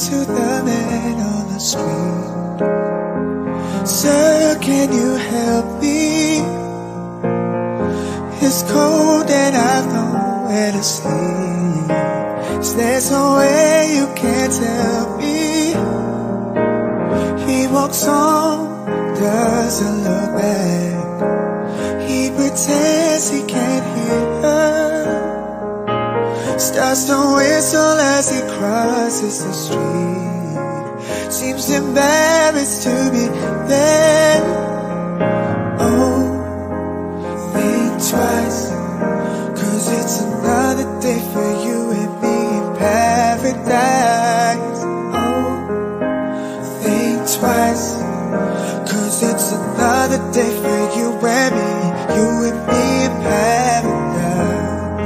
to the man on the street. Sir, can you help me? It's cold and I've nowhere to sleep. Is there some way you can tell me? He walks on, doesn't look back. He pretends he can't hear her. Starts to whistle as he crosses the street. Seems embarrassed to be there. Oh, think twice, 'cause it's another day for you and me in paradise. Oh, think twice, 'cause it's another day for you and me in paradise.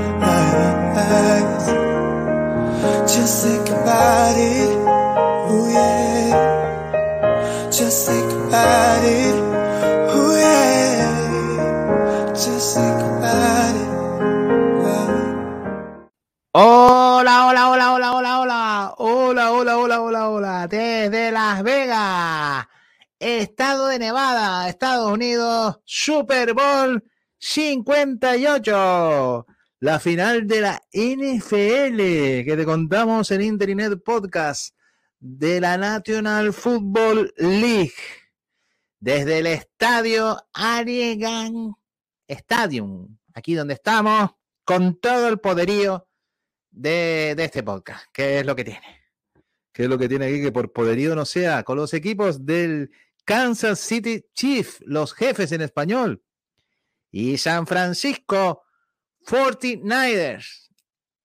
Just think about it, oh yeah. Just think about it, oh yeah. Just think about it, Hola, hola, hola, hola, hola, hola, hola, hola, hola, hola, hola, desde Las Vegas, estado de Nevada, Estados Unidos, Super Bowl 58, la final de la NFL que te contamos en Internet Podcast de la National Football League, desde el estadio Allegiant Stadium, aquí donde estamos, con todo el poderío de este podcast. ¿Qué es lo que tiene? ¿Qué es lo que tiene aquí que por poderío no sea? Con los equipos del Kansas City Chiefs, los jefes en español, y San Francisco 49ers.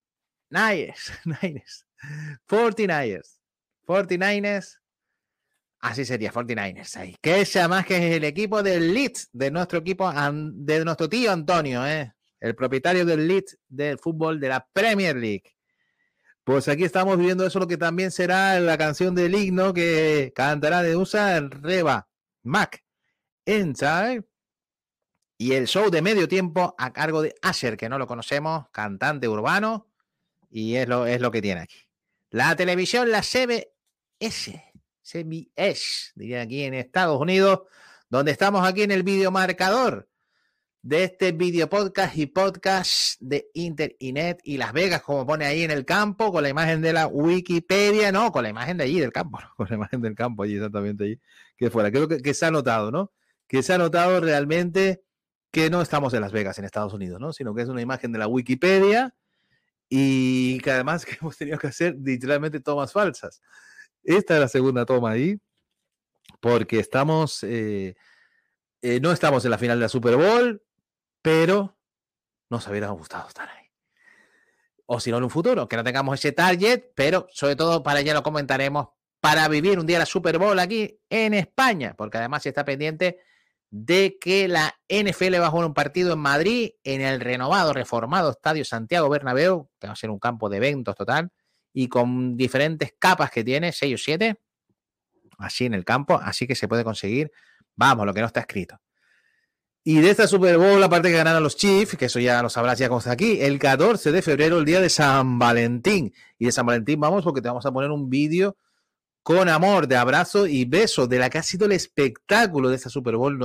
49ers. Así sería, 49ers. Ahí. Que es además que es el equipo del Leeds, de nuestro equipo, de nuestro tío Antonio, el propietario del Leeds del fútbol de la Premier League. Pues aquí estamos viendo eso, lo que también será la canción del himno que cantará de USA Reba Mac Inside, y el show de medio tiempo a cargo de Asher, que no lo conocemos, cantante urbano, y es lo que tiene aquí. La televisión, la CBS, diría aquí en Estados Unidos, donde estamos aquí en el videomarcador de este video podcast y podcast de Internet y Las Vegas, como pone ahí en el campo, con la imagen de la Wikipedia, no, con la imagen de allí del campo, ¿no? Con la imagen del campo allí, exactamente allí, que fuera. Creo que se ha notado, ¿no? Que se ha notado realmente que no estamos en Las Vegas, en Estados Unidos, ¿no? Sino que es una imagen de la Wikipedia y que además que hemos tenido que hacer literalmente tomas falsas. Esta es la segunda toma ahí, porque estamos, no estamos en la final de la Super Bowl, pero nos hubiera gustado estar ahí. O si no, en un futuro, que no tengamos ese target, pero sobre todo para ya lo comentaremos, para vivir un día la Super Bowl aquí en España, porque además está pendiente de que la NFL va a jugar un partido en Madrid, en el renovado, reformado Estadio Santiago Bernabéu, que va a ser un campo de eventos total, y con diferentes capas que tiene, 6 o 7, así en el campo, así que se puede conseguir, vamos, lo que no está escrito. Y de esta Super Bowl, aparte que ganaron los Chiefs, que eso ya lo sabrás ya cómo está aquí, el 14 de febrero, el día de San Valentín. Y de San Valentín vamos porque te vamos a poner un vídeo con amor, de abrazo y beso, de la que ha sido el espectáculo de esta Super Bowl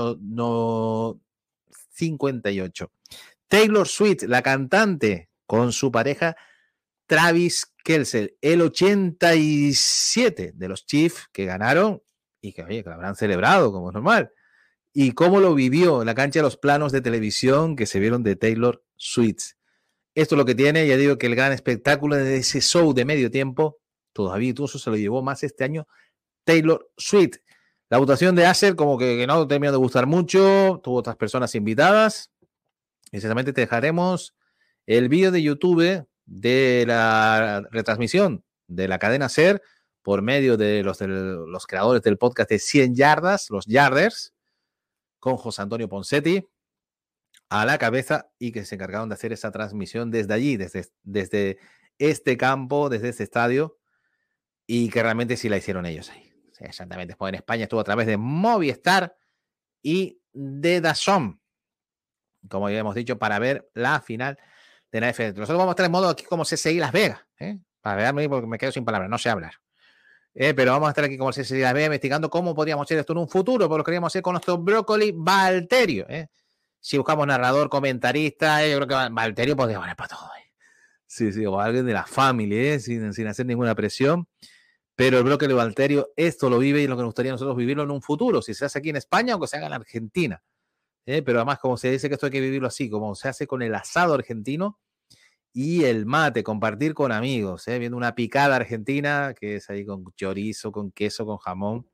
58. Taylor Swift, la cantante, con su pareja Travis Kelce, el 87 de los Chiefs que ganaron y que, oye, que lo habrán celebrado como es normal. Y cómo lo vivió en la cancha de los planos de televisión que se vieron de Taylor Swift. Esto es lo que tiene, ya digo que el gran espectáculo de ese show de medio tiempo, todavía incluso se lo llevó más este año Taylor Swift. La votación de Asher como que no terminó de gustar mucho, tuvo otras personas invitadas. Y exactamente te dejaremos el vídeo de YouTube de la retransmisión de la cadena SER por medio de los creadores del podcast de 100 yardas, los Yarders, con José Antonio Ponsetti a la cabeza y que se encargaron de hacer esa transmisión desde allí, desde este campo, desde este estadio, y que realmente sí la hicieron ellos ahí. Sí, exactamente. Después en España estuvo a través de Movistar y de DAZN, como ya hemos dicho, para ver la final de la NFL. Nosotros vamos a estar en modo aquí como CSI Las Vegas, para verme porque me quedo sin palabras, no sé hablar. Pero vamos a estar aquí como se ve investigando cómo podríamos hacer esto en un futuro, porque lo queríamos hacer con nuestro brócoli Valterio. Si buscamos narrador, comentarista, yo creo que Valterio podría valer para todo. Sí, o alguien de la familia, sin hacer ninguna presión. Pero el brócoli Valterio esto lo vive y lo que nos gustaría a nosotros vivirlo en un futuro, si se hace aquí en España o que se haga en Argentina. Pero además, como se dice que esto hay que vivirlo así, como se hace con el asado argentino y el mate, compartir con amigos, viendo una picada argentina que es ahí con chorizo, con queso, con jamón,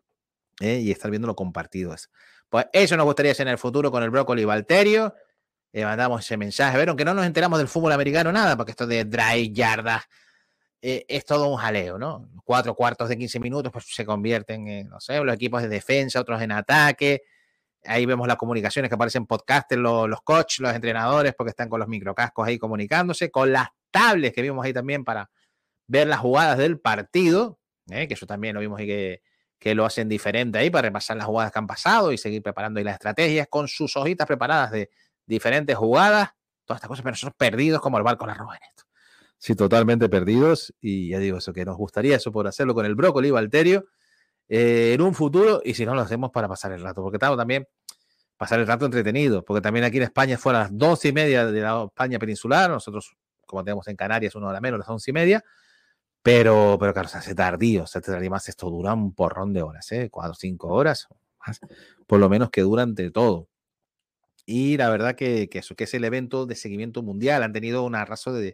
y estar viéndolo compartido. Eso. Pues eso nos gustaría hacer en el futuro con el brócoli Valterio. Mandamos ese mensaje, ver, aunque no nos enteramos del fútbol americano nada, porque esto de dry yardas es todo un jaleo, ¿no? 4 cuartos de 15 minutos pues se convierten en, no sé, los equipos de defensa, otros en ataque. Ahí vemos las comunicaciones que aparecen en podcast, los coaches, los entrenadores, porque están con los microcascos ahí comunicándose, con las tablets que vimos ahí también para ver las jugadas del partido, que eso también lo vimos ahí que lo hacen diferente ahí para repasar las jugadas que han pasado y seguir preparando ahí las estrategias con sus hojitas preparadas de diferentes jugadas, todas estas cosas, pero nosotros perdidos como el barco la roba en esto. Sí, totalmente perdidos, y ya digo eso, que nos gustaría eso por hacerlo con el brócoli Valterio en un futuro, y si no lo hacemos para pasar el rato, porque estamos también pasar el rato entretenido, porque también aquí en España fue a las 12:30 de la España peninsular, nosotros como tenemos en Canarias 1 hora menos, las 11:30, pero claro, se hace tardío, más esto dura un porrón de horas, 4 o 5 horas, más, por lo menos que dura entre todo. Y la verdad que es el evento de seguimiento mundial, han tenido un arraso de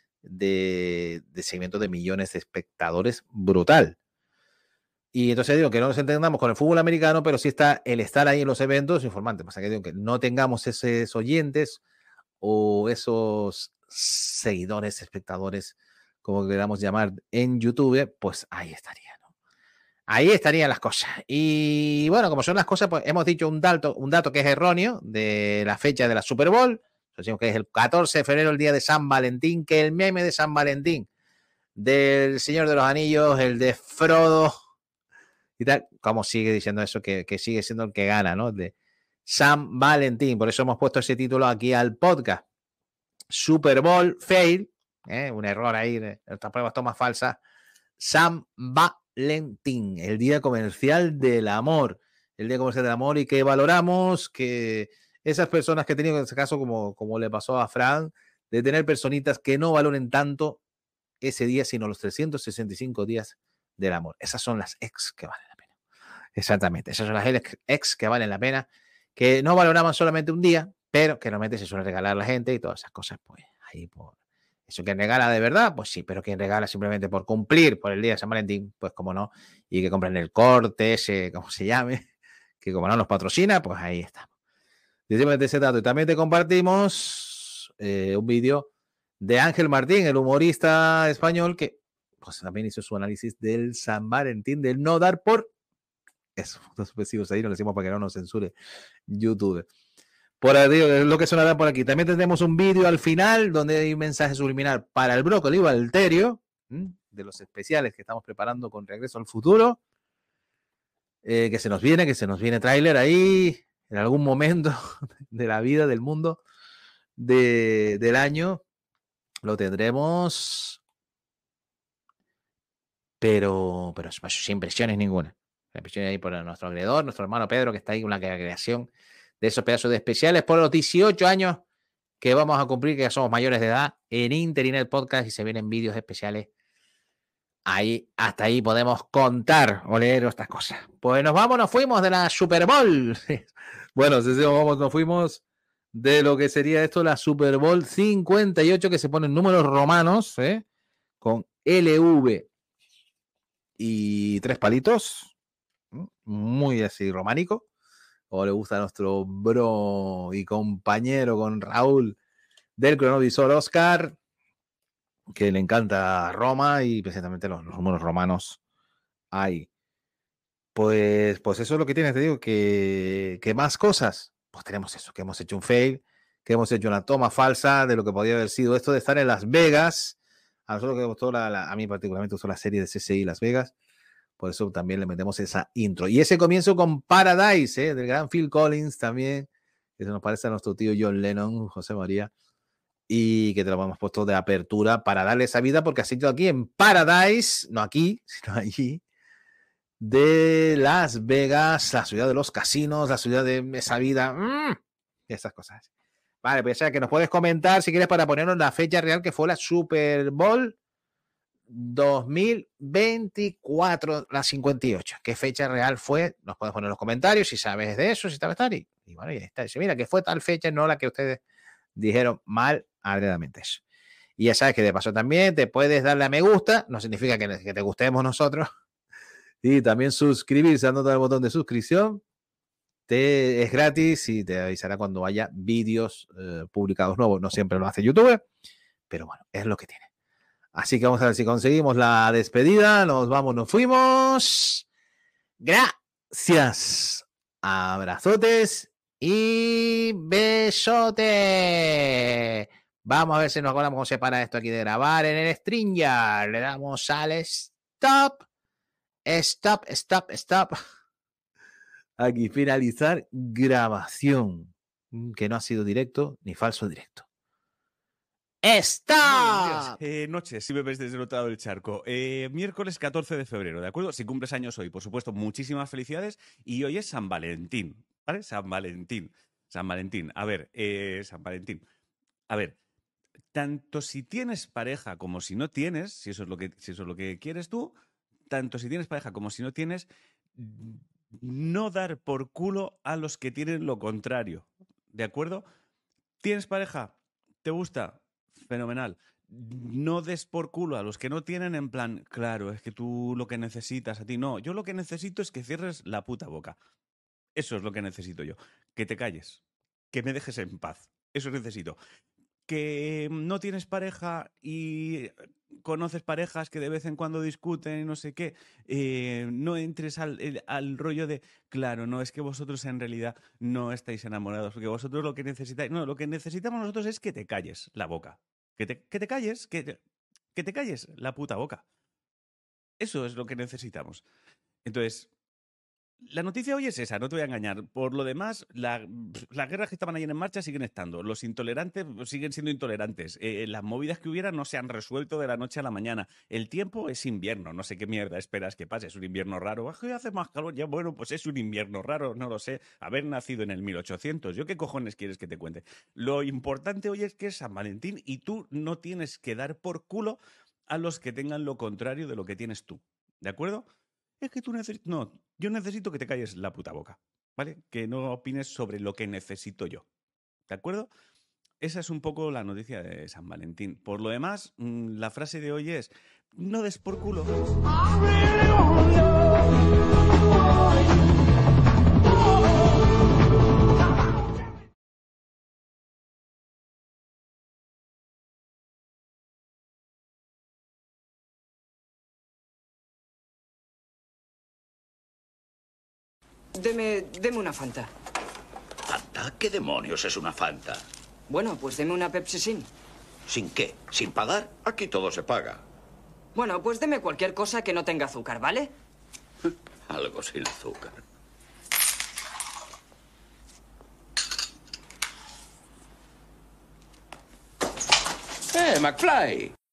seguimiento de millones de espectadores brutal. Y entonces digo que no nos entendamos con el fútbol americano, pero sí está el estar ahí en los eventos informante. Pasa que digo que no tengamos esos oyentes o esos seguidores, espectadores, como queramos llamar, en YouTube, pues ahí estaría, ¿no? Ahí estarían las cosas. Y bueno, como son las cosas, pues hemos dicho un dato que es erróneo de la fecha de la Super Bowl. Decimos que es el 14 de febrero, el día de San Valentín, que el meme de San Valentín del Señor de los Anillos, el de Frodo y tal, como sigue diciendo eso, que sigue siendo el que gana, ¿no? De San Valentín. Por eso hemos puesto ese título aquí al podcast. Super Bowl fail, un error ahí, estas pruebas tomas falsas. San Valentín, el día comercial del amor. El día comercial del amor, y que valoramos que esas personas que he tenido, en este caso, como le pasó a Fran, de tener personitas que no valoren tanto ese día, sino los 365 días del amor. Esas son las ex que valen la pena. Exactamente, esas son las ex que valen la pena, que no valoramos solamente un día, pero que realmente se suele regalar a la gente y todas esas cosas, pues ahí por eso. ¿Quien regala de verdad? Pues sí, pero quien regala simplemente por cumplir por el día de San Valentín, pues como no, y que compren el corte, ese, como se llame, que como no nos patrocina, pues ahí estamos. Decimos ese dato. Y también te compartimos un vídeo de Ángel Martín, el humorista español, que pues también hizo su análisis del San Valentín, del no dar por eso. Los sucesivos ahí, no lo decimos para que no nos censure YouTube. Por ahí es lo que sonará por aquí. También tendremos un vídeo al final donde hay un mensaje subliminal para el brócoli Valterio, de los especiales que estamos preparando con Regreso al Futuro. Que se nos viene tráiler ahí en algún momento de la vida, del mundo, del año. Lo tendremos, pero sin impresiones ninguna. Impresiones ahí por nuestro agredor, nuestro hermano Pedro, que está ahí con la creación de esos pedazos de especiales por los 18 años que vamos a cumplir, que ya somos mayores de edad, en Internet Podcast, y se vienen vídeos especiales. Ahí, hasta ahí podemos contar o leer estas cosas. Pues nos fuimos de la Super Bowl. Bueno, nos fuimos de lo que sería esto, la Super Bowl 58, que se ponen números romanos, con LV y 3 palitos, muy así románico, o le gusta a nuestro bro y compañero con Raúl del cronovisor Oscar, que le encanta Roma y precisamente los números romanos hay. Pues eso es lo que tiene, te digo, que más cosas. Pues tenemos eso, que hemos hecho un fail, que hemos hecho una toma falsa de lo que podría haber sido esto de estar en Las Vegas. A nosotros que gustó a mí particularmente gustó la serie de CSI Las Vegas, por eso también le metemos esa intro. Y ese comienzo con Paradise, del gran Phil Collins también, que se nos parece a nuestro tío John Lennon, José María. y que te lo hemos puesto de apertura para darle esa vida, porque ha sido aquí en Paradise, no aquí, sino allí, de Las Vegas, la ciudad de los casinos, la ciudad de esa vida, esas cosas. Vale, pues ya que nos puedes comentar si quieres para ponernos la fecha real que fue la Super Bowl 2024, la 58. ¿Qué fecha real fue? Nos puedes poner en los comentarios si sabes de eso, si sabes tal. Y bueno, ya está. Dice, mira, que fue tal fecha, no la que ustedes dijeron mal agredidamente eso. Y ya sabes que de paso también te puedes darle a me gusta, no significa que te gustemos nosotros. Y también suscribirse, dando al botón de suscripción. Es gratis y te avisará cuando haya vídeos publicados nuevos. No siempre lo hace YouTube, pero bueno, es lo que tiene. Así que vamos a ver si conseguimos la despedida. Nos vamos, nos fuimos. Gracias. Abrazotes y besote. Vamos a ver si nos acordamos cómo se para esto aquí de grabar en el StreamYard. Le damos al stop. Stop. Aquí finalizar grabación. Que no ha sido directo ni falso directo. ¡Está! Noches, si me ves desde el otro lado del charco. Miércoles 14 de febrero, ¿de acuerdo? Si cumples años hoy, por supuesto, muchísimas felicidades. Y hoy es San Valentín, ¿vale? San Valentín. A ver, San Valentín. A ver, tanto si tienes pareja como si no tienes, si eso es lo que quieres tú, tanto si tienes pareja como si no tienes, no dar por culo a los que tienen lo contrario, ¿de acuerdo? ¿Tienes pareja? ¿Te gusta? Fenomenal. No des por culo a los que no tienen en plan, claro, es que tú lo que necesitas a ti. No, yo lo que necesito es que cierres la puta boca. Eso es lo que necesito yo. Que te calles. Que me dejes en paz. Eso necesito. Que no tienes pareja y conoces parejas que de vez en cuando discuten y no sé qué, no entres al rollo de, claro, no, es que vosotros en realidad no estáis enamorados, porque vosotros lo que necesitáis, no, lo que necesitamos nosotros es que te calles la boca, que te calles la puta boca. Eso es lo que necesitamos. Entonces, la noticia hoy es esa, no te voy a engañar. Por lo demás, las guerras que estaban ayer en marcha siguen estando. Los intolerantes siguen siendo intolerantes. Las movidas que hubiera no se han resuelto de la noche a la mañana. El tiempo es invierno. No sé qué mierda esperas que pase. Es un invierno raro. Hace más calor. Ya bueno, pues es un invierno raro. No lo sé. Haber nacido en el 1800. ¿Yo qué cojones quieres que te cuente? Lo importante hoy es que es San Valentín y tú no tienes que dar por culo a los que tengan lo contrario de lo que tienes tú. ¿De acuerdo? Es que tú necesitas... No, yo necesito que te calles la puta boca, ¿vale? Que no opines sobre lo que necesito yo, ¿de acuerdo? Esa es un poco la noticia de San Valentín. Por lo demás, la frase de hoy es, no des por culo. Deme una Fanta. ¿Fanta? ¿Qué demonios es una Fanta? Bueno, pues deme una Pepsi Sin. ¿Sin qué? ¿Sin pagar? Aquí todo se paga. Bueno, pues deme cualquier cosa que no tenga azúcar, ¿vale? Algo sin azúcar. ¡McFly!